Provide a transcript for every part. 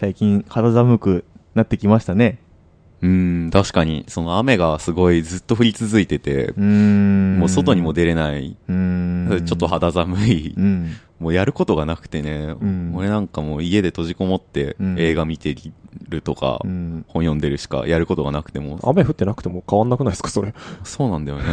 最近肌寒くなってきましたね。 確かに、その雨がすごいずっと降り続いてて、もう外にも出れない。ちょっと肌寒い。もうやることがなくてね、俺なんかもう家で閉じこもって映画見てるとか、本読んでるしかやることがなくても。 雨降ってなくても変わんなくないですか、それ。 そうなんだよね。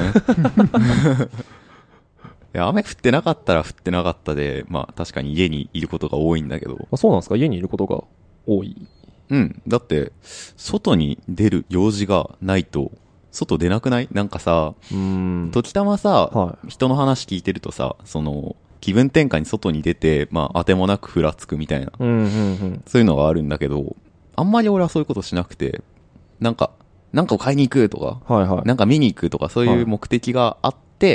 いや、雨降ってなかったら降ってなかったで、まあ確かに家にいることが多いんだけど。 そうなんですか、家にいることが多い。 だって、外に出る用事がないと、外出なくない？なんかさ、時たまさ、人の話聞いてるとさ、その、気分転換に外に出て、まあ、当てもなくふらつくみたいな、そういうのがあるんだけど、あんまり俺はそういうことしなくて、なんかを買いに行くとか、なんか見に行くとか、そういう目的があって、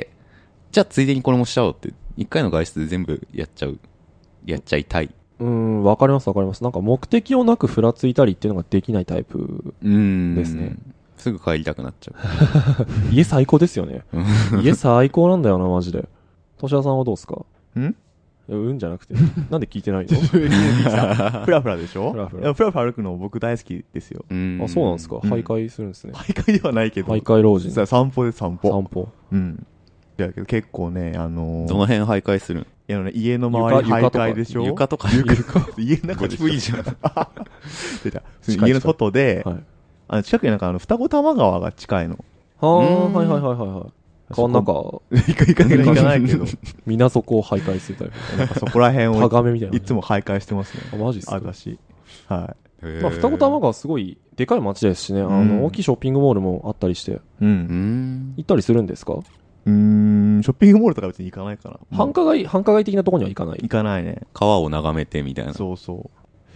じゃあついでにこれもしちゃおうって、一回の外出で全部やっちゃいたい。 わかりますわかります。なんか目的をなくふらついたりっていうのができないタイプですね。 すぐ帰りたくなっちゃう。 家最高ですよね。家最高なんだよな、マジで。としやさんはどうですか？じゃなくて、なんで聞いてないの？ フラフラでしょ？フラフラ歩くの僕大好きですよ。 あ、そうなんですか。徘徊するんですね。 徘徊ではないけど。 徘徊老人。 散歩です、散歩。 散歩。 いやけど結構ね、 どの辺徘徊するん？ いやね、家の周り徘徊でしょ？ 床とか。 家の中でしょ？ いいじゃん。 家の外で、近くになんか双子玉川が近いの。 はいはい。川の中。 行かないけど。 水底を徘徊するタイプ。 なんかそこら辺をいつも徘徊してますね。 マジっすか？ 私。はい。 まあ、双子玉川すごいでかい街ですしね、大きいショッピングモールもあったりして。行ったりするんですか？ ショッピングモールとか別に行かないかな。 繁華街的なところには行かない？ 行かないね。 川を眺めてみたいな。 そうそう。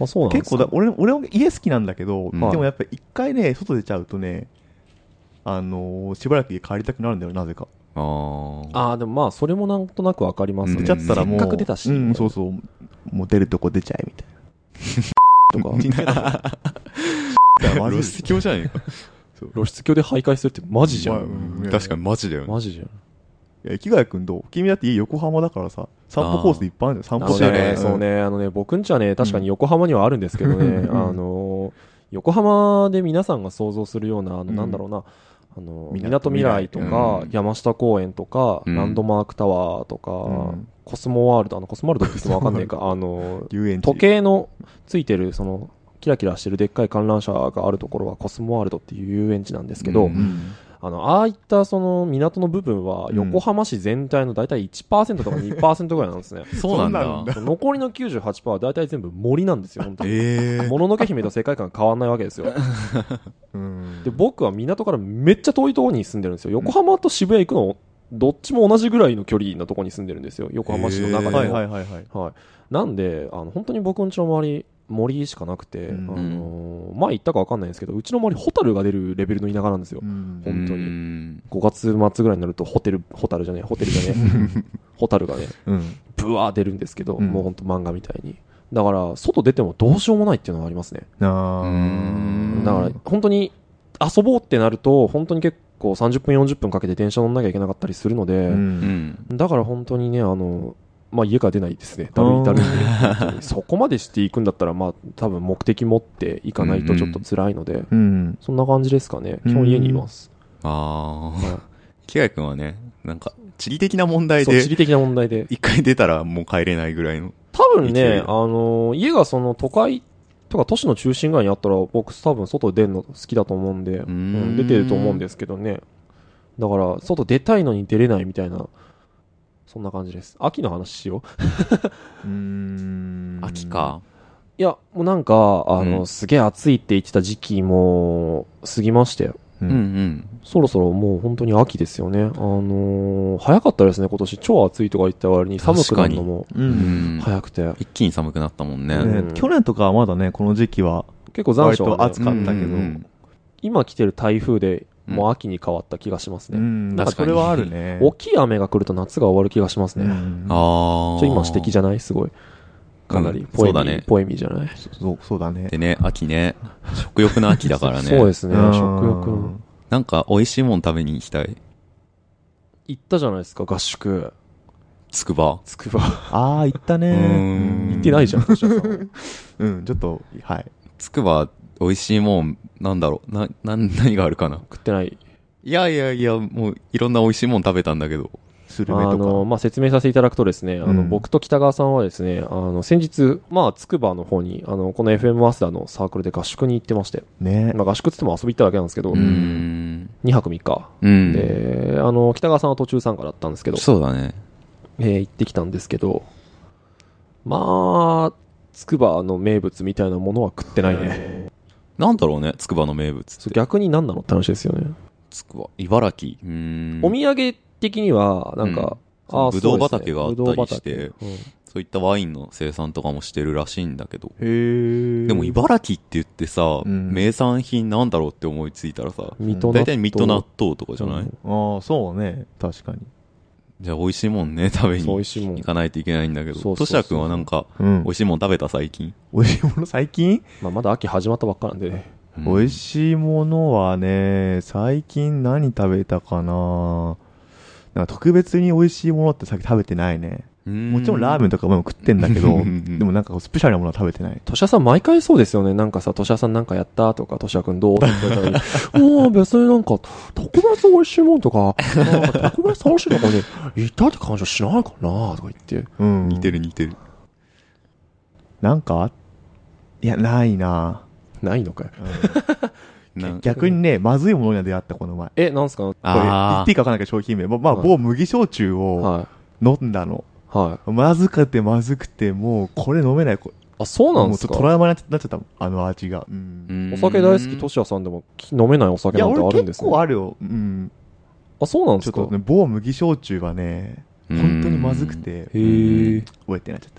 あ、そうなんですか。 結構俺も家好きなんだけど、でもやっぱ一回ね、外出ちゃうとね、しばらく家帰りたくなるんだよ、なぜか。 でもまあ、それもなんとなくわかりますね。 出ちゃったらもう。 せっかく出たし。 そうそう。もう出るとこ出ちゃえ、みたいな。とか。 露出狂じゃねえか。 露出狂で徘徊するってマジじゃん。 確かにマジだよね。 マジじゃん。 いや、池谷くんどう？君だって家横浜だからさ、散歩コースいっぱいあるんだよ、散歩してね。そうね、僕んちはね、確かに横浜にはあるんですけどね、横浜で皆さんが想像するような、なんだろうな、港未来とか、山下公園とか、ランドマークタワーとか、コスモワールド、コスモワールドって言ってもわかんないか、時計のついてる、その、キラキラしてるでっかい観覧車があるところはコスモワールドっていう遊園地なんですけど、ああいったその港の部分は横浜市全体のだいたい 1% とか 2% ぐらいなんですね。 そうなんだ。 残りの 98% はだいたい全部森なんですよ、本当に。もののけ姫と世界観変わんないわけですよ。で、僕は港からめっちゃ遠いところに住んでるんですよ。横浜と渋谷行くの、どっちも同じぐらいの距離のところに住んでるんですよ。横浜市の中でも。はい。なんで、本当に僕ん家の周り、森しかなくて、前言ったか分かんないんですけど、うちの周りホタルが出るレベルの田舎なんですよ。本当に。5月末ぐらいになるとホタルじゃねえ、ホタルがね、ブワー出るんですけど、もう本当漫画みたいに。だから、外出てもどうしようもないっていうのがありますね。だから、本当に遊ぼうってなると、本当に結構30分40分かけて電車乗んなきゃいけなかったりするので、だから本当にね、まあ家から出ないですね。だるいんで。そこまでしていくんだったら、まあ多分目的持っていかないとちょっと辛いので、そんな感じですかね。基本家にいます。 キア君はね、なんか地理的な問題で、一回出たらもう帰れないぐらいの。 多分ね、家がその都会とか都市の中心街にあったら、僕多分外出るの好きだと思うんで、出てると思うんですけどね。だから外出たいのに出れないみたいな。そんな感じです。秋の話しよう。 秋か。 いや、もうなんか、すげえ暑いって言ってた時期も過ぎましたよ。そろそろもう本当に秋ですよね。早かったですね、今年。超暑いとか言った割に寒くなるのも早くて。 一気に寒くなったもんね。 去年とかはまだね、この時期は結構残暑割と暑かったけど、 今来てる台風で、もう秋に変わった気がしますね。 なんかそれはあるね。 大きい雨が来ると夏が終わる気がしますね。今指摘じゃない？すごい。かなりポエミーじゃない？ そうだね。 でね、秋ね。食欲の秋だからね。 そうですね、食欲の。 なんか美味しいもん食べに行きたい。 行ったじゃないですか、合宿。 つくば。 行ったね。 行ってないじゃん、トシヤさん。 うん、ちょっと、はい。 つくば、美味しいもん、なんだろう。何があるかな。 食ってない。 いや、もう、いろんな美味しいもん食べたんだけど。 スルメとか。 まあ、説明させていただくとですね、僕と北川さんはですね、先日、まあ、つくばの方に、この FM マスダのサークルで合宿に行ってまして。 ね。 まあ、合宿って言っても遊び行っただけなんですけど、2泊3日。で、北川さんは途中参加だったんですけど。 そうだね。 行ってきたんですけど、まあ、つくばの名物みたいなものは食ってないね。 なんだろうね、つくばの名物って。 逆に何なのって話ですよね。 つくば、茨城。 お土産的には、なんか、 ぶどう畑があったりして、そういったワインの生産とかもしてるらしいんだけど。でも茨城って言ってさ、名産品なんだろうって思いついたらさ、大体水戸納豆とかじゃない？ ああ、そうね。確かに。 じゃあ美味しいもんね、食べに行かないといけないんだけど。としやくんはなんか、美味しいもん食べた最近。 美味しいもの最近？ まあまだ秋始まったばっかなんでね。 美味しいものはね、最近何食べたかな。なんか特別に美味しいものってさっき食べてないね。もちろんラーメンとかも食ってんだけど、でもなんかスペシャルなものは食べてない。 としやさん毎回そうですよね。なんかさ、としやさんなんかやったとか、としやくんどうって言ったら、別になんか、特別美味しいもんとか、特別楽しいとこに行ったって感じはしないかなとか言って。 似てる。 なんかいや、ないな。 ないのかよ。 逆にね、まずいものには出会った、この前。 なんすか？ これ言っていいか分からないけど商品名。まあ、某麦焼酎を飲んだの。 はい。 まずくて、もう、これ飲めない。 そうなんですか？ トラウマになっちゃった、あの味が。 お酒大好きトシヤさんでも飲めないお酒なんてあるんですね。 いや、俺結構あるよ。 そうなんですか？ ちょっとね、某麦焼酎はね、本当にまずくて、おえってなっちゃった。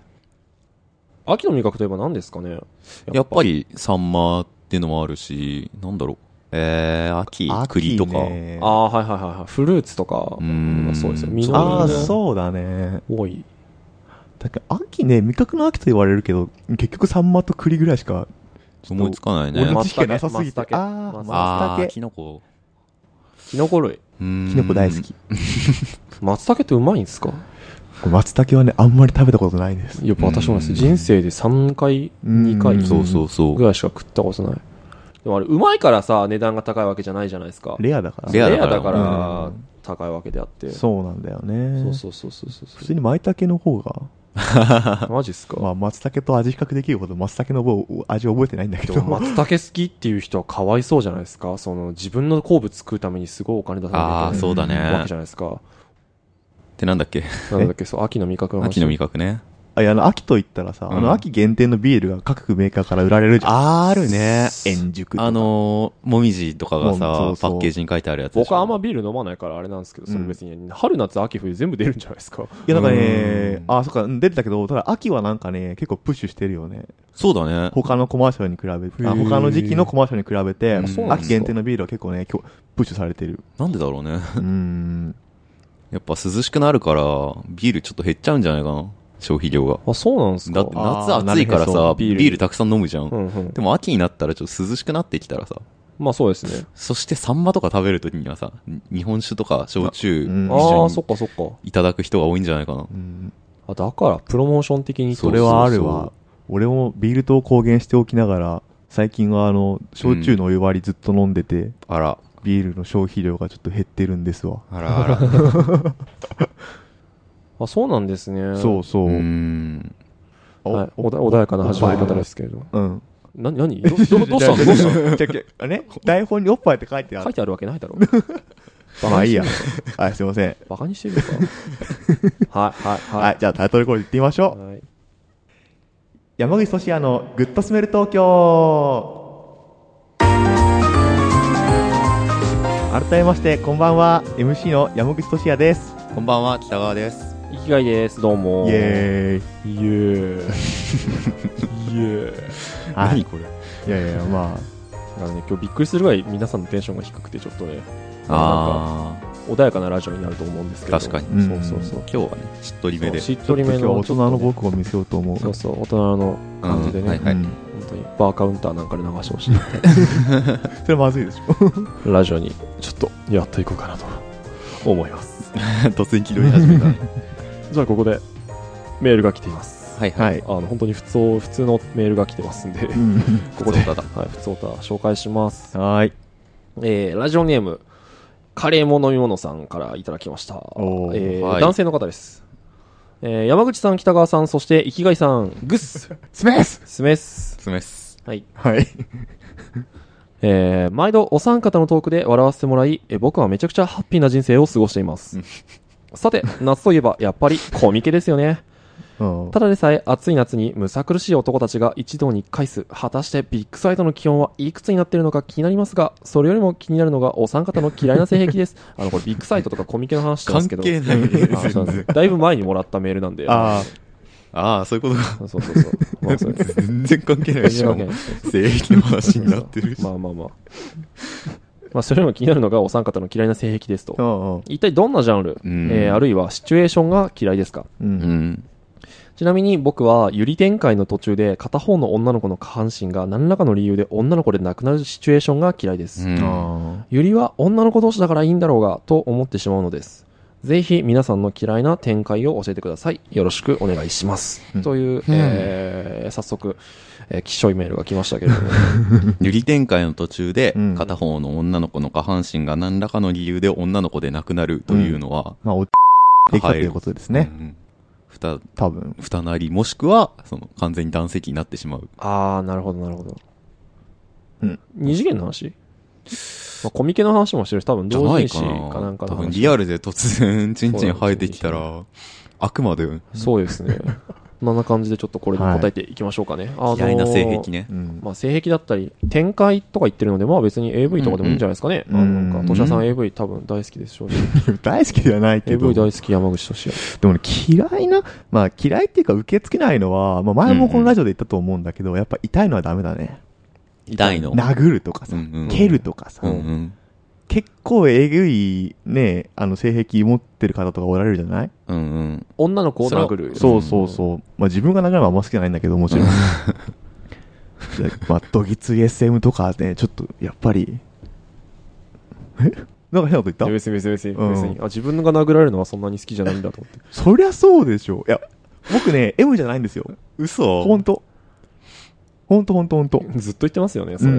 秋の味覚といえば何ですかね？ やっぱりサンマっていうのもあるし、なんだろう。秋、栗とか。 はい。フルーツとか。そうですよ。 そうだね。 多い。 だから秋ね、味覚の秋と言われるけど、結局サンマと栗ぐらいしか思いつかないね。 俺の知識がなさすぎて。 松茸。キノコ類。 キノコ大好き。 松茸ってうまいんですか？ 松茸はね、あんまり食べたことないです。 いや、私もです。人生で3回、2回そうぐらいしか食ったことない。でもあれ、うまいからさ、値段が高いわけじゃないじゃないですか。 レアだから。 レアだから、高いわけであって。 そうなんだよね。 そう。 普通に舞茸の方が。 マジっすか？ まあ、松茸と味比較できるほど松茸の味覚えてないんだけど。 松茸好きっていう人はかわいそうじゃないですか。自分の好物食うためにすごいお金出さなきゃいけないわけじゃないですか。 ってなんだっけ？ 秋の味覚の話。 秋の味覚ね。 秋と言ったらさ、秋限定のビールが各メーカーから売られるじゃん。 あるね。 円熟とか。 もみじとかがさ、パッケージに書いてあるやつ。 僕はあんまビール飲まないからあれなんですけど、それ別に、春夏秋冬全部出るんじゃないですか。 いや、なんかね、そっか、出てたけど、ただ秋はなんかね、結構プッシュしてるよね。 そうだね。 他のコマーシャルに比べて、他の時期のコマーシャルに比べて、秋限定のビールは結構ね、プッシュされてる。 なんでだろうね。やっぱ涼しくなるから、ビールちょっと減っちゃうんじゃないかな。消費量が。 そうなんですか？ だって夏暑いからさ、ビールたくさん飲むじゃん。でも秋になったらちょっと涼しくなってきたらさ。 まあそうですね。 そしてサンマとか食べるときにはさ、日本酒とか焼酎一緒にそっかいただく人が多いんじゃないかな。 だからプロモーション的にそれはあるわ。俺もビール糖公言しておきながら、最近は焼酎のお湯割りずっと飲んでて、ビールの消費量がちょっと減ってるんですわ。 そうなんですね。 そう。 穏やかな始まり方ですけれど。何どうしたの台本におっぱいって書いてある。 書いてあるわけないだろ。 まあいいや。はい、すいません。 バカにしてるのか。 はい、じゃあタイトルコールいってみましょう。山口俊也のグッドスメル東京。改めましてこんばんは、 MC の山口俊也です。 こんばんは、北川です。 生きがいです。どうも。 イエーイイエーイイエーイ。 何これ。 いやまあだからね、今日びっくりするぐらい皆さんのテンションが低くてちょっとね、穏やかなラジオになると思うんですけど。 確かに。 そう今日はね、しっとりめで。 しっとりめの、 大人の僕を見せようと思う。 そう大人の感じでね。本当にバーカウンターなんかで流してほしい。 それまずいでしょ。ラジオにちょっとやっていこうかなと思います。 突然気取り始めた。 じゃあここでメールが来ています。 はいはい。 本当に普通のメールが来てますんで、ここで、はい、普通歌紹介します。 はい。 ラジオネーム、カレーも飲み物さんからいただきました。男性の方です。山口さん、北川さん、そして生きがいさん、グッススメススメスはい。 はい。 毎度お三方のトークで笑わせてもらい、僕はめちゃくちゃハッピーな人生を過ごしています。さて、夏といえばやっぱりコミケですよね。ただでさえ暑い夏にむさ苦しい男たちが一堂に会す。果たしてビッグサイトの気温はいくつになっているのか気になりますが、それよりも気になるのがお三方の嫌いな性癖です。これビッグサイトとかコミケの話してますけど。 関係ない。 だいぶ前にもらったメールなんで。 そういうことか。 そう。 まあ、全然関係ないでしょ。性癖の話になってるし。 まあ、それよりも気になるのがお三方の嫌いな性癖ですと。一体どんなジャンル、あるいはシチュエーションが嫌いですか？ちなみに僕はゆり展開の途中で片方の女の子の下半身が何らかの理由で女の子で亡くなるシチュエーションが嫌いです。ゆりは女の子同士だからいいんだろうがと思ってしまうのです。ぜひ皆さんの嫌いな展開を教えてください。よろしくお願いします。という、早速、きしょいメールが来ましたけれども。 ゆり展開の途中で片方の女の子の下半身が何らかの理由で女の子で亡くなるというのは、 まあ、できたということですね。 多分。二なり、もしくは、完全に断石になってしまう。 なるほど。二次元の話？コミケの話もしてるし、多分同人誌かなんかの話。 多分リアルで突然、チンチン生えてきたら、悪魔だよね。 そうですね。こんな感じでちょっとこれに答えていきましょうかね。 嫌いな性癖ね。 まあ性癖だったり、展開とか言ってるので、まあ別に AV とかでもいいんじゃないですかね。なんか、としゃさん AV 多分大好きでしょうし。 大好きではないけど。 AV 大好き山口としや。 でもね、嫌いっていうか受け付けないのは、まあ前もこのラジオで言ったと思うんだけど、やっぱ痛いのはダメだね。 痛いの？ 殴るとかさ、蹴るとかさ。結構えぐいね、性癖持ってる方とかおられるじゃない？ 女の子を殴る。 そう。まあ自分が殴るのはあんま好きじゃないんだけど、もちろん。まあ、ドギツ SM とかね、ちょっと、やっぱり。なんか変なこと言った？ 別に。自分が殴られるのはそんなに好きじゃないんだと思って。 そりゃそうでしょ。いや、僕ね、M じゃないんですよ。 嘘？ ほんと。 ずっと言ってますよね、それ。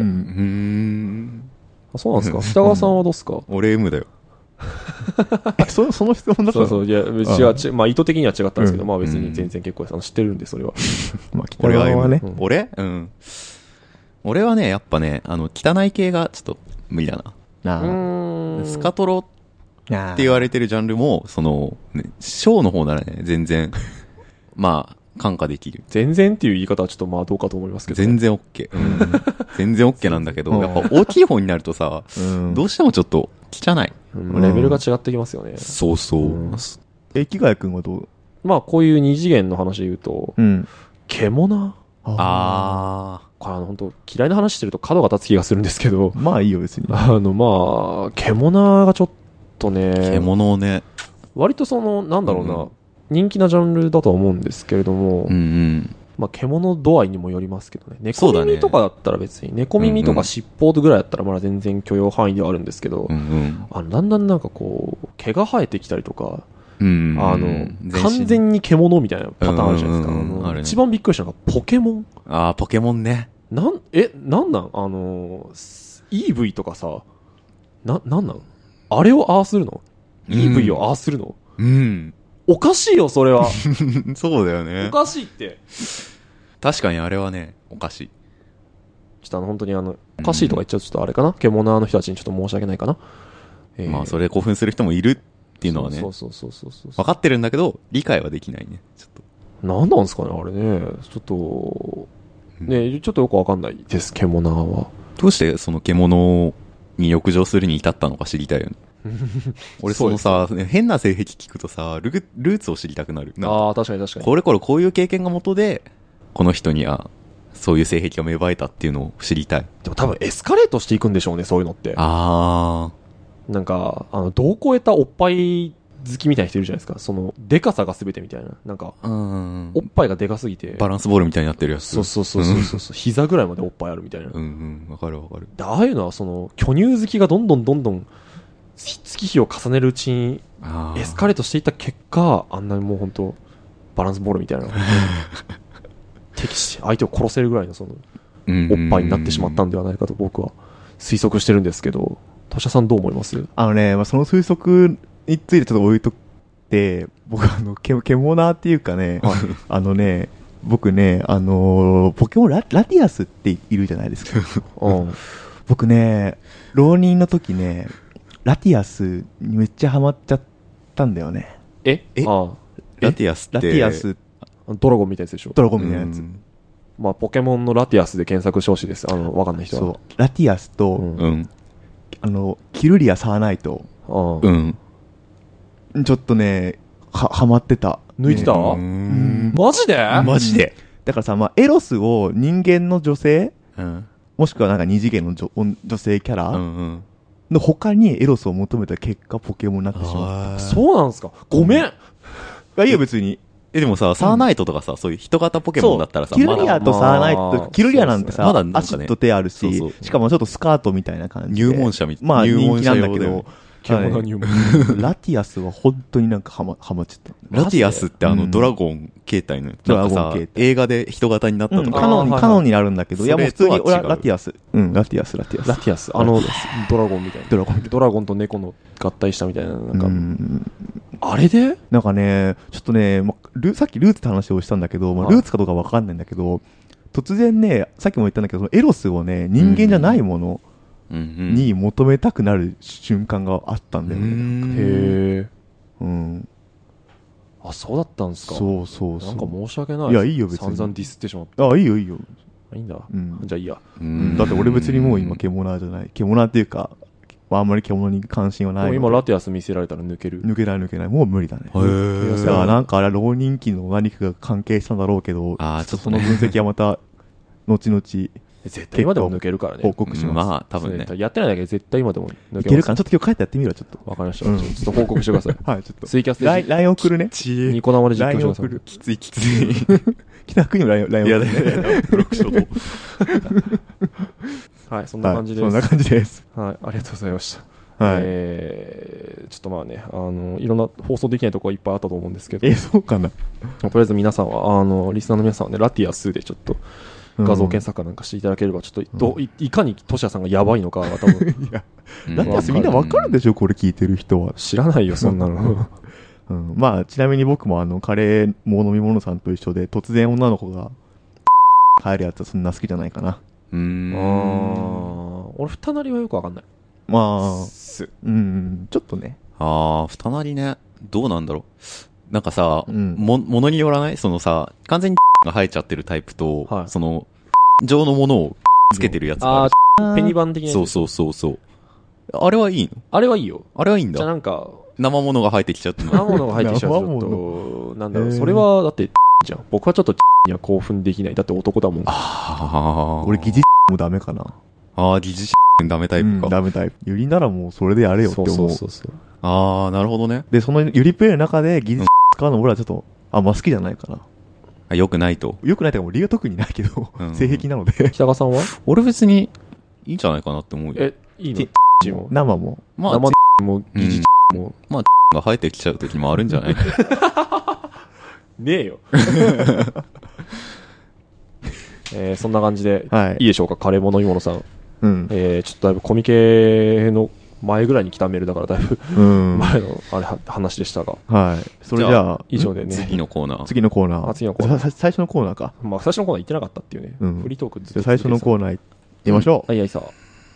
そうなんですか？北川さんはどうっすか？ 俺 M だよ。 その質問だったの？ そう。いや、まあ意図的には違ったんですけど、まあ別に全然結構です。知ってるんで、それは。 まあ北川はね。 俺はね、やっぱね、汚い系がちょっと無理だな。スカトロって言われてるジャンルも、ショーの方ならね、全然、まあ、感化できる。 全然っていう言い方はちょっとまあどうかと思いますけど、 全然 OK。全然 OK なんだけど、やっぱ大きい方になるとさ、どうしてもちょっと汚い。 レベルが違ってきますよね。 そう。 木ヶ谷くんはどう？ まあこういう二次元の話で言うと、獣？これ本当嫌いな話してると角が立つ気がするんですけど。 まあいいよ別に。 まあ、獣がちょっとね。 獣ね。 割となんだろうな、人気なジャンルだとは思うんですけれども、まあ、獣度合いにもよりますけどね。猫耳とかだったら別に、猫耳とか尻尾ぐらいだったらまだ全然許容範囲ではあるんですけど、だんだんなんかこう、毛が生えてきたりとか、完全に獣みたいなパターンあるじゃないですか。一番びっくりしたのがポケモン。 ポケモンね。 なんなんEV とかさ、なんなんあれをするの？ EV をするの？おかしいよ、それは。 そうだよね。 おかしいって。 確かにあれはね、おかしい。 ちょっと本当におかしいとか言っちゃうとちょっとあれかな。獣の人たちにちょっと申し訳ないかな。 まあ、それ興奮する人もいるっていうのはね。そう。分かってるんだけど、理解はできないね。ちょっと。 なんなんですかね、あれね。ちょっと、ちょっとよくわかんないです、獣は。 どうしてその獣に浴場するに至ったのか知りたいよね。俺変な性癖聞くとさ、ルーツを知りたくなる。 確かに。 これこういう経験が元で、この人には、そういう性癖が芽生えたっていうのを知りたい。 でも多分エスカレートしていくんでしょうね、そういうのって。なんか、度を超えたおっぱい好きみたいな人いるじゃないですか。でかさが全てみたいな。なんか、おっぱいがでかすぎて。 バランスボールみたいになってるやつ。 そう。膝ぐらいまでおっぱいあるみたいな。 わかる。 ああいうのは巨乳好きがどんどん、月日を重ねるうちに、エスカレートしていった結果、あんなにもう本当バランスボールみたいな。敵視、相手を殺せるぐらいのおっぱいになってしまったんではないかと僕は推測してるんですけど、トシャさんどう思います？ まあ、その推測についてちょっと置いとって、僕獣っていうかね、僕ね、ポケモンラティアスっているじゃないですか。僕ね、浪人の時ね、ラティアスにめっちゃハマっちゃったんだよね。 ラティアスってラティアス、 ドラゴンみたいなやつでしょ。 ドラゴンみたいなやつ。 まあ、ポケモンのラティアスで検索してほしいです。わかんない人は。そう。 ラティアスと、キルリア・サーナイト。ちょっとね、ハマってた。 抜いてた？マジで？ マジで。 だからさ、まあ、エロスを人間の女性、もしくはなんか二次元の女性キャラ、の他にエロスを求めた結果、ポケモンになってしまった。 そうなんですか？ごめん。 いいよ、別に。 でもさ、サーナイトとかさ、そういう人型ポケモンだったらさ、 キルリアとサーナイト、キルリアなんてさ、まだアシッド手あるし、しかもちょっとスカートみたいな感じで。 入門者みたいな。 まあ、人気なんだけど、 ラティアスは本当になんかハマっちゃった。 ラティアスってドラゴン形態の、なんかさ、映画で人型になったとか。 カノンになるんだけど、いやもう普通にラティアス。ラティアス。 ラティアス。ドラゴンみたいな。ドラゴンと猫の合体したみたいな。なんか、あれでなんかね、ちょっとね、さっきルーツって話をしたんだけど、ルーツかどうかわかんないんだけど、突然ね、さっきも言ったんだけど、エロスをね、人間じゃないものに求めたくなる瞬間があったんだよね。 へー。あ、そうだったんですか？ そう。 なんか申し訳ない。 いや、いいよ、別に。 散々ディスってしまった。 あ、いいよ。いいいんだ。じゃあいいや。 だって俺別にもう今獣じゃない。獣っていうか、あんまり獣に関心はない。 今ラティアス見せられたら抜けない。もう無理だね。だからなんかあれは浪人期の何かが関係したんだろうけど、その分析はまた、後々、 絶対今でも抜けるからね。 報告します。 まあ、多分ね。 やってないだけで絶対今でも抜けます。 いけるかな？ちょっと今日帰ってやってみろ、ちょっと。 わかりました。ちょっと報告してください。 はい、ちょっと。 ツイキャスで。 LINE 送るね。 ニコ生で実況してください。 きつい。 北区にも LINE 送る。 いや、ブロックしろと。 はい、そんな感じです。 そんな感じです。 はい、ありがとうございました。 はい。 ちょっとまあね、いろんな放送できないところはいっぱいあったと思うんですけど。 そうかな。 とりあえず皆さんは、リスナーの皆さんはね、ラティアスでちょっと、画像検索かなんかしていただければ、ちょっと、いかにトシヤさんがやばいのかは多分。 いや、ラティアスみんなわかるでしょ、これ聞いてる人は。 知らないよ、そんなの。 まあ、ちなみに僕もカレーも飲み物さんと一緒で、突然女の子が、入るやつはそんな好きじゃないかな。 俺、二なりはよくわかんない。 まあ、ちょっとね。 二なりね。どうなんだろう。なんかさ、ものによらないそのさ、完全にが生えちゃってるタイプと、その、状のものをつけてるやつがある。 ペニバン的なやつ。 そう。あれはいいの？ あれはいいよ。 あれはいいんだ。 じゃあなんか、 生物が生えてきちゃって生物が生えてきちゃうと、ちょっと、なんだろう、それは、だって、じゃん。僕はちょっと、には興奮できない。だって男だもん。 俺、疑似もダメかな。 疑似ダメタイプか。 ダメタイプ。ユリならもうそれでやれよって思う。 そう。 なるほどね。 で、そのユリプレイの中で疑似使うの俺はちょっと、あんま好きじゃないかな。 良くないと。 良くないというか、理由は特にないけど、性癖なので。 北川さんは？ 俺別に、いいんじゃないかなって思うよ。 いいの？ 生も。 まあ、生も、疑似も。 まあ、が生えてきちゃう時もあるんじゃない？ ねえよ。そんな感じで、いいでしょうか、カレーも飲み物さん。ちょっとだいぶコミケの前ぐらいに来たメールだからだいぶ前の話でしたが。 はい。それじゃあ、 以上でね。 次のコーナー。 最初のコーナーか。 まあ、最初のコーナー行ってなかったっていうね。フリートークずっと最初のコーナー行きましょう。 はい、さ。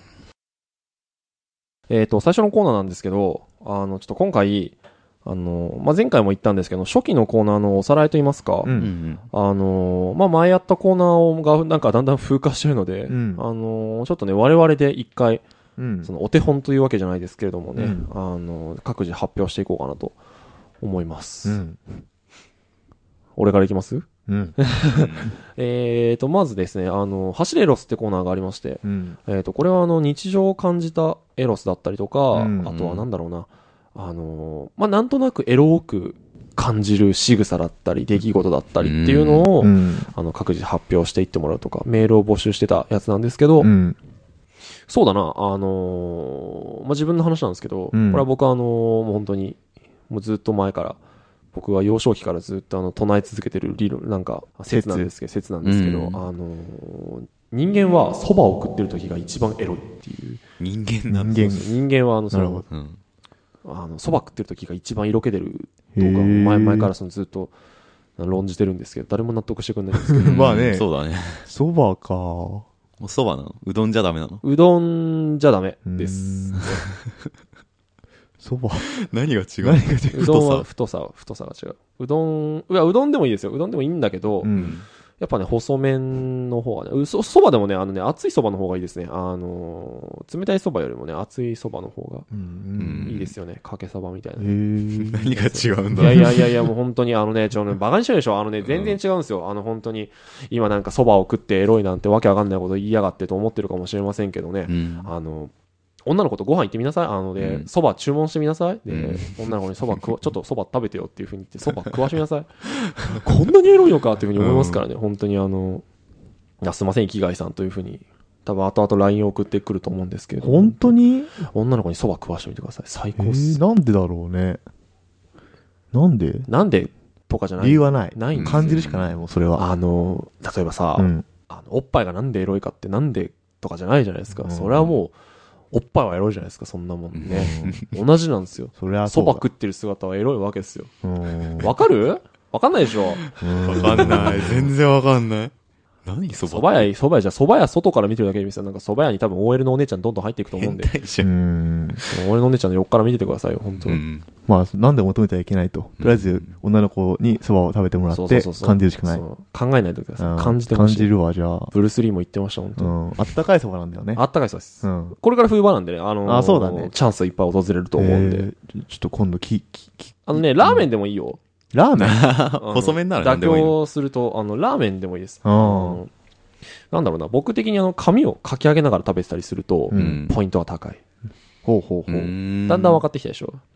最初のコーナーなんですけど、ちょっと今回、前回も言ったんですけど、初期のコーナーのおさらいといいますか、前やったコーナーがなんかだんだん風化してるので、ちょっとね、我々で一回、そのお手本というわけじゃないですけれどもね、各自発表していこうかなと思います。俺からいきます？まずですね、走れエロスってコーナーがありまして、これは日常を感じたエロスだったりとか、あとはなんだろうな、なんとなくエロく感じる仕草だったり、出来事だったりっていうのを、各自発表していってもらうとか、メールを募集してたやつなんですけど、そうだな、自分の話なんですけど、これは僕はもう本当に、もうずっと前から、 僕は幼少期からずっと唱え続けてる理論、なんか、説なんですけど、人間は蕎麦を食ってる時が一番エロいっていう。 人間は蕎麦食ってる時が一番色気出るとか、前からずっと論じてるんですけど、誰も納得してくれないんですけど。 まあね。 そうだね。 蕎麦か。 蕎麦なの？うどんじゃダメなの？ うどんじゃダメです。 蕎麦何が違う？ うどんは太さが違う。うどんでもいいですよ。うどんでもいいんだけど、やっぱね、細麺の方がね、蕎麦でもね、熱い蕎麦の方がいいですね。冷たい蕎麦よりもね、熱い蕎麦の方がいいですよね。かけ蕎麦みたいな。 何が違うんだ？ いや、もう本当にバカにしちゃうでしょ。全然違うんですよ。本当に、今なんか蕎麦を食ってエロいなんてわけわかんないこと言いやがってと思ってるかもしれませんけどね。女の子とご飯行ってみなさい。蕎麦注文してみなさい。で、女の子にちょっと蕎麦食べてよっていう風に言って蕎麦食わしてみなさい。こんなにエロいのかっていう風に思いますからね。本当にすいません、生きがいさんという風に、多分後々 LINE を送ってくると思うんですけど。 本当に女の子に蕎麦食わしてみてください。最高っす。 なんでだろうね。なんでとかじゃない。 理由はない。 ないんですよ。 感じるしかないもん、それは。 例えばさ、おっぱいがなんでエロいかってなんでとかじゃないじゃないですか。それはもう、おっぱいはエロいじゃないですか、そんなもんね。同じなんですよ。 それは蕎麦食ってる姿はエロいわけですよ。わかる？わかんないでしょ？ わかんない。全然わかんない。何蕎麦？ 蕎麦屋外から見てるだけで見せたら、なんか蕎麦屋に多分 OL のお姉ちゃんどんどん入っていくと思うんで。OL のお姉ちゃんの横から見ててくださいよ、本当に。 まあ、なんで求めてはいけないと。とりあえず、女の子に蕎麦を食べてもらって、感じるしかない。 考えないとください。感じてほしい。 感じるわ、じゃあ。 ブルース・リーも言ってました、本当に。 あったかい蕎麦なんだよね。 あったかい蕎麦です。これから冬場なんでね、 そうだね。 チャンスいっぱい訪れると思うんで。 ちょっと今度ラーメンでもいいよ。 ラーメン細麺なら何でもいい。 妥協すると、ラーメンでもいいです。なんだろうな、僕的に髪をかき上げながら食べてたりすると、ポイントは高い。 ほう。 だんだん分かってきたでしょ。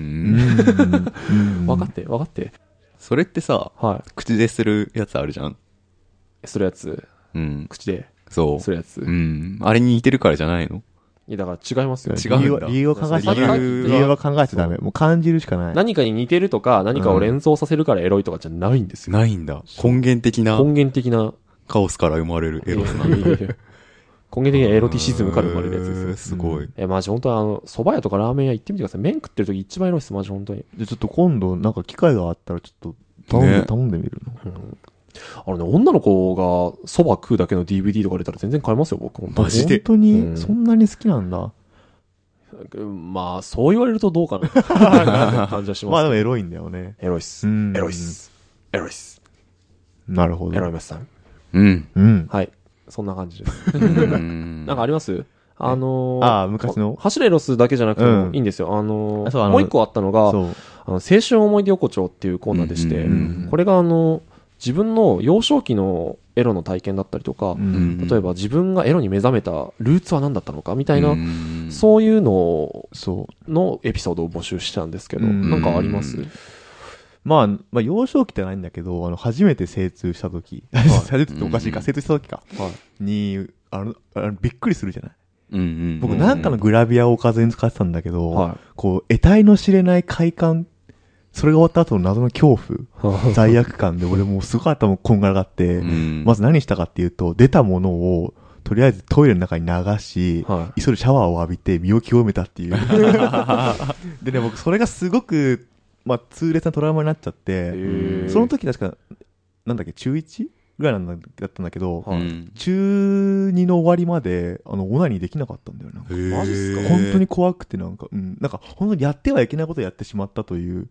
分かって。 それってさ、口でするやつあるじゃん。 するやつ。口で。 そう。 するやつ。 あれに似てるからじゃないの？ いや、だから違いますよ。 理由を考えちゃダメ。もう感じるしかない。 何かに似てるとか、何かを連想させるからエロいとかじゃないんですよ。 ないんだ。根源的な。カオスから生まれるエロスなんだ。 根源的なエロティシズムから生まれるやつですよ。 すごい。 マジ本当は蕎麦屋とかラーメン屋行ってみてください。麺食ってる時一番エロいっす、マジ本当に。 じゃちょっと今度なんか機会があったらちょっと頼んでみるの。女の子が蕎麦食うだけの DVD とか出たら全然買いますよ、僕。 マジで。本当にそんなに好きなんだ。 まあ、そう言われるとどうかな。感じはします。 まあでもエロいんだよね。 エロいっす。 なるほど。 エロいますさん。はい。そんな感じです。なんかあります？ 昔の走れロスだけじゃなくてもいいんですよ。もう一個あったのが、青春思い出横丁っていうコーナーでして、これが自分の幼少期のエロの体験だったりとか、例えば自分がエロに目覚めたルーツは何だったのかみたいな、そういうののエピソードを募集したんですけど、なんかあります？ まあ、幼少期ってないんだけど、初めて精通した時、精通っておかしいか、精通した時か、に、びっくりするじゃない。僕なんかのグラビアをおかずに使ってたんだけど、こう、得体の知れない快感、それが終わった後の謎の恐怖、罪悪感で俺もうすごい頭こんがらがって、まず何したかっていうと、出たものを、とりあえずトイレの中に流し、急いでシャワーを浴びて身を清めたっていう。でね、僕それがすごく、痛烈なトラウマになっちゃって、その時確か、なんだっけ、中 1? ぐらいだったんだけど、中2の終わりまで、オナニーできなかったんだよね。 マジっすか？ 本当に怖くてなんか本当にやってはいけないことをやってしまったという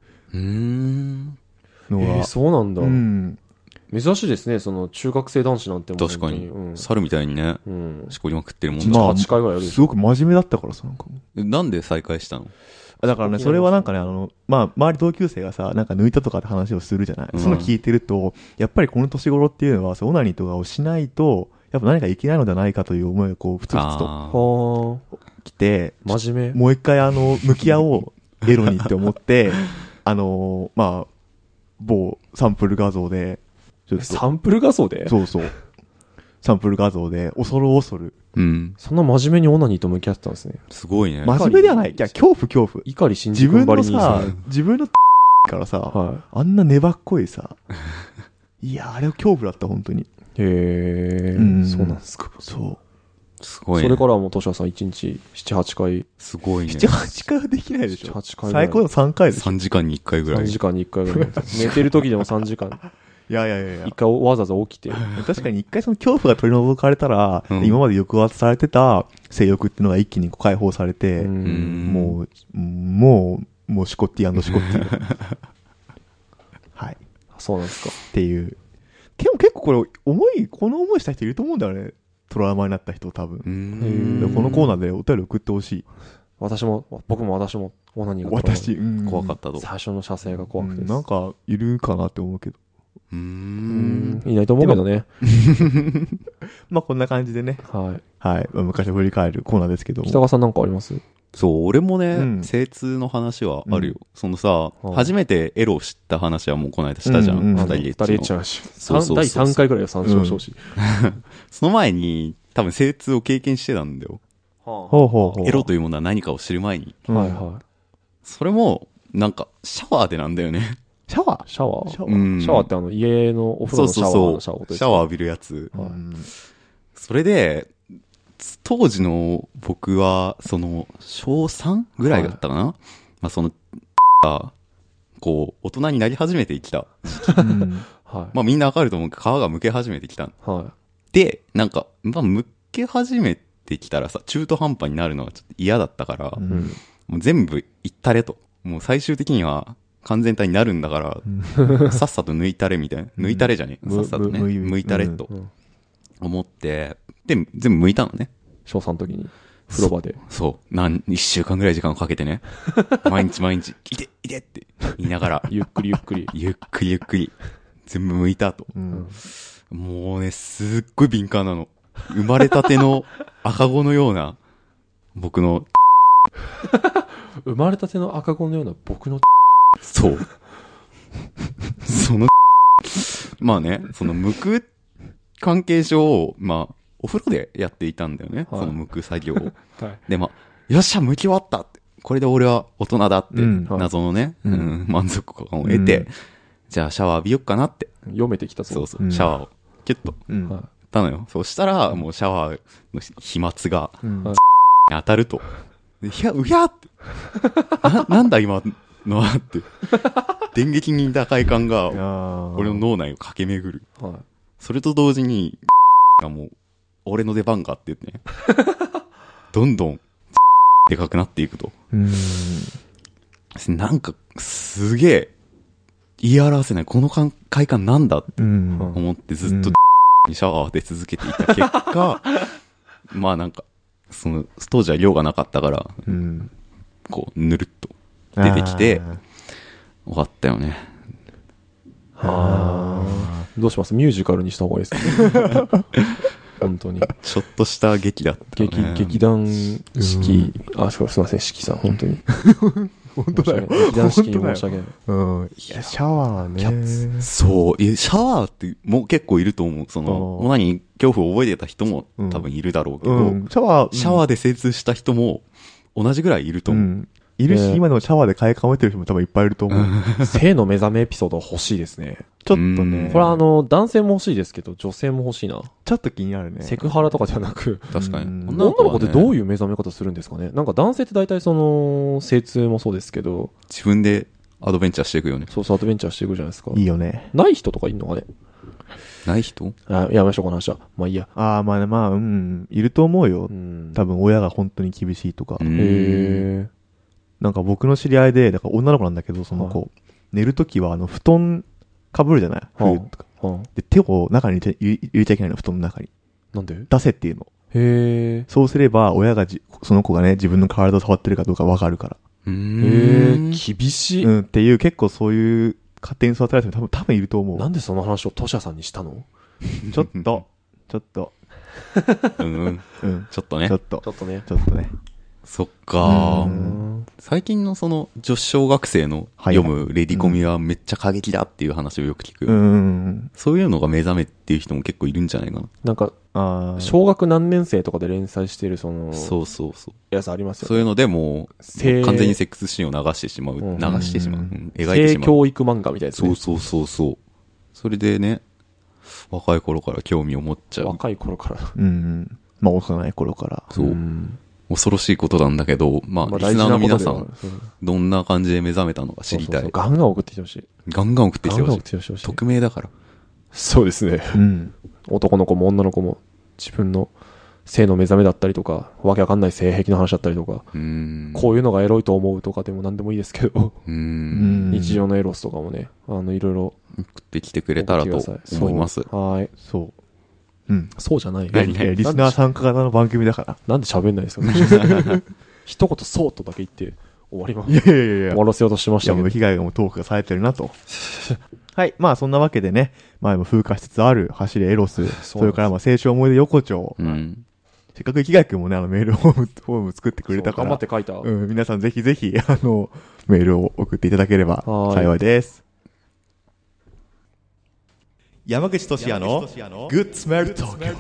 のは。 そうなんだ。珍しいですね、その中学生男子なんても確かに。猿みたいにね、しこりまくってるもんじゃん。8回ぐらいやる。 すごく真面目だったからさ、 なんで再会したの？ だからね、それはなんかね、周り同級生がさ、なんか抜いたとかって話をするじゃない。その聞いてると、やっぱりこの年頃っていうのは、オナニーとかをしないと、やっぱ何かいけないのではないかという思いがこう、ふつふつと来て、 真面目。 もう一回向き合おう、エロにって思って、某サンプル画像で、 サンプル画像で？ そう。サンプル画像で、恐る。 そんな真面目にオナニーと向き合ってたんですね。 すごいね。 真面目ではない。いや、恐怖。 怒り新宿ばりに自分のからさ、あんな粘っこいさ、いや、あれは恐怖だった、本当に。 へそうなんですか。 そう。 すごいね。 それからはもう、トシヤさん1日7、8回。 すごいね。 7、8回はできないでしょ。 7、8回。 最高の3回でしょ。 3時間に1回ぐらい。 3時間に1回ぐらい。寝てる時でも3時間。 いやいやいやいや。 一回わざわざ起きて。 確かに一回その恐怖が取り除かれたら、今まで抑圧されてた性欲っていうのが一気に解放されて、もうシコッティ&シコッティ。はい。 そうなんですか。 っていう。でも結構これこの思いした人いると思うんだよね。トラウマになった人多分。このコーナーでお便り送ってほしい。 僕もオナニーが怖かったと。 最初の射精が怖くて。 なんかいるかなって思うけど。 いないと思うけどね。 まあこんな感じでね。 はい。 はい。昔を振り返るコーナーですけど。 北川さんなんかあります？ そう、俺もね、精通の話はあるよ。そのさ、初めてエロを知った話はもうこの間したじゃん。二人エッチの話。 第3回ぐらいは参照してほしい。 その前に、多分精通を経験してたんだよ。エロというものは何かを知る前に。 はいはい。 それも、なんか、シャワーでなんだよね。 シャワーシャワーって家のお風呂のシャワーのシャワーですか？ シャワー浴びるやつ。それで、当時の僕は、小 3? ぐらいだったかな、まあが、こう、大人になり始めてきた。まあみんなわかると思うけど、皮が剥け始めてきた。で、なんか、まあ剥け始めてきたらさ、中途半端になるのがちょっと嫌だったから、もう全部いったれと。もう最終的には、完全体になるんだから、さっさと抜いたれみたいな。抜いたれじゃねえ。さっさとね。剥いたれと思って、で、全部剥いたのね。 小3の時に、風呂場で。 そう。1週間ぐらい時間をかけてね。毎日、いてって言いながら。 ゆっくり。 全部剥いたと。もうね、すっごい敏感なの。生まれたての赤子のような、僕の生まれたての赤子のような僕のそう。まあね、剥く関係上、まあ、お風呂でやっていたんだよね。その剥く作業を。で、まあ、よっしゃ、剥き終わったって。これで俺は大人だって、謎のね、満足感を得て、じゃあシャワー浴びよっかなって。 読めてきたそう、シャワーをキュッと、たのよ。そうしたら、もうシャワーの飛沫が、当たると。うひゃって。なんだ今のはって。電撃に似た快感が、俺の脳内を駆け巡る。それと同時に、がもう、俺の出番かって言ってね。どんどん、でかくなっていくと。なんか、すげえ、言い表せない。この快感なんだって思ってずっと、シャワーを当て続けていた結果、まあなんか、当時は量がなかったから、こう、ぬるっと出てきて、終わったよね。 どうします？ミュージカルにした方がいいですか？本当に。 ちょっとした劇だったね。 劇団式、すいません、式さん、本当に。 本当だよ。 劇団式に申し訳ない。 いや、シャワーね。 そう。シャワーってもう結構いると思う。オナニー恐怖を覚えてた人も多分いるだろうけど、シャワーで精通した人も同じぐらいいると思う。 いるし、今でもシャワーで買いかめてる人も多分いっぱいいると思う。 性の目覚めエピソード欲しいですね。 ちょっとね。 これ男性も欲しいですけど、女性も欲しいな。 ちょっと気になるね。 セクハラとかじゃなく。 確かに。 女の子ってどういう目覚め方するんですかね。なんか男性って大体精通もそうですけど。 自分でアドベンチャーしていくよね。 そう、アドベンチャーしていくじゃないですか。 いいよね。 ない人とかいるのかね。 ない人？ やめましょう、この話は。まあいいや。 まあ、いると思うよ。多分親が本当に厳しいとか。なんか僕の知り合いで、だから女の子なんだけど、その子、寝るときは布団被るじゃない？冬とか。で、手を中に入れちゃいけないの、布団の中に。 なんで？ 出せっていうの。そうすれば、親がその子がね、自分の体を触ってるかどうかわかるから。 厳しい。 っていう、結構そういう家庭に育てられた人多分いると思う。 なんでその話をトシャさんにしたの？ ちょっと。 ちょっとね。 ちょっとね。 そっか。最近の女子小学生の読むレディコミはめっちゃ過激だっていう話をよく聞く。そういうのが目覚めっていう人も結構いるんじゃないかな。 なんか、 小学何年生とかで連載してるそうやつありますよね。 そういうのでもう完全にセックスシーンを流してしまう、描いてしまう。 性教育漫画みたいな、 ね。そう。それでね、若い頃から興味を持っちゃう。 若い頃から。 まあ幼い頃から。 そう。恐ろしいことなんだけど、まあリスナーの皆さん、どんな感じで目覚めたのか知りたい。 ガンガン送ってきてほしい。 ガンガン送ってきてほしい。匿名だから。 そうですね。男の子も女の子も自分の性の目覚めだったりとか、わけわかんない性癖の話だったりとか、こういうのがエロいと思うとかでも何でもいいですけど、日常のエロスとかもね、いろいろ送ってきてくれたらと思います。 はい。 そう。 そうじゃないよ。 リスナー参加型の番組だから。 なんで喋んないですか一言そうとだけ言って終わります。 終わらせようとしましたけど。 被害がもうトークがされてるなと。はい。まあそんなわけでね、前も風化しつつある走れエロス、それからまあ青春思い出横丁。せっかく生きがいくんもね、メールフォーム作ってくれたから。 頑張って書いた。 皆さんぜひぜひ、メールを送っていただければ幸いです。山口俊也のグッスメル東京。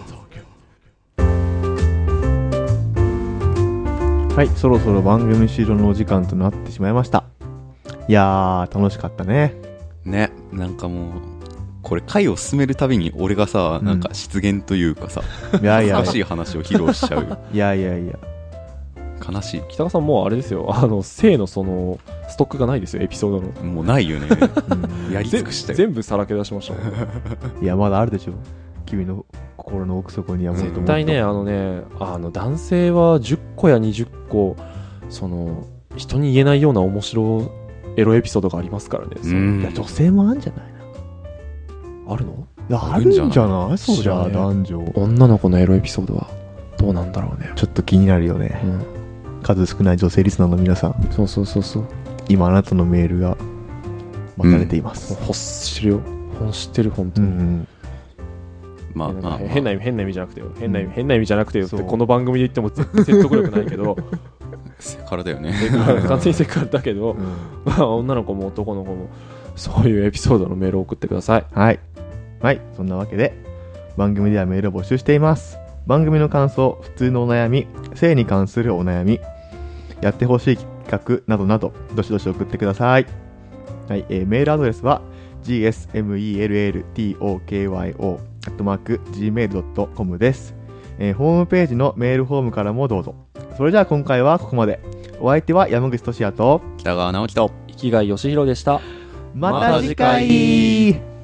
はい、そろそろ番組終了のお時間となってしまいました。いやー、楽しかったね。 ね、なんかもう、これ回を進めるたびに俺がさ、なんか失言というかさ、恥ずかしい話を披露しちゃう。 いや。 悲しい。 北川さんもうあれですよ、性のその、ストックがないですよ、エピソードの。 もうないよね。やり尽くしたよ。 全部さらけ出しましたもん。 いや、まだあるでしょ。君の心の奥底にはもっともっと。 絶対ね、男性は10個や20個、人に言えないような面白エロエピソードがありますからね。 いや、女性もあるんじゃないの？あるの？ あるんじゃないそうじゃあ、男女。 女の子のエロエピソードはどうなんだろうね。 ちょっと気になるよね。数少ない女性リスナーの皆さん。 そう。 今あなたのメールが待たれています。 欲してるよ。知ってる、本当に。 まあ、 変な意味じゃなくてよ。変な意味じゃなくてよってこの番組で言っても説得力ないけど。 セクハラだよね。 完全にセクハラだけど、女の子も男の子もそういうエピソードのメールを送ってください。 はい。そんなわけで番組ではメールを募集しています。番組の感想、普通のお悩み、性に関するお悩み、やってほしい企画などなどどしどし送ってください。はい、メールアドレスは gsmeltokyo@gmail.com です。ホームページのメールフォームからもどうぞ。それじゃあ今回はここまで。お相手は山口俊也と北川直樹と生きがいよしひろでした。 また次回。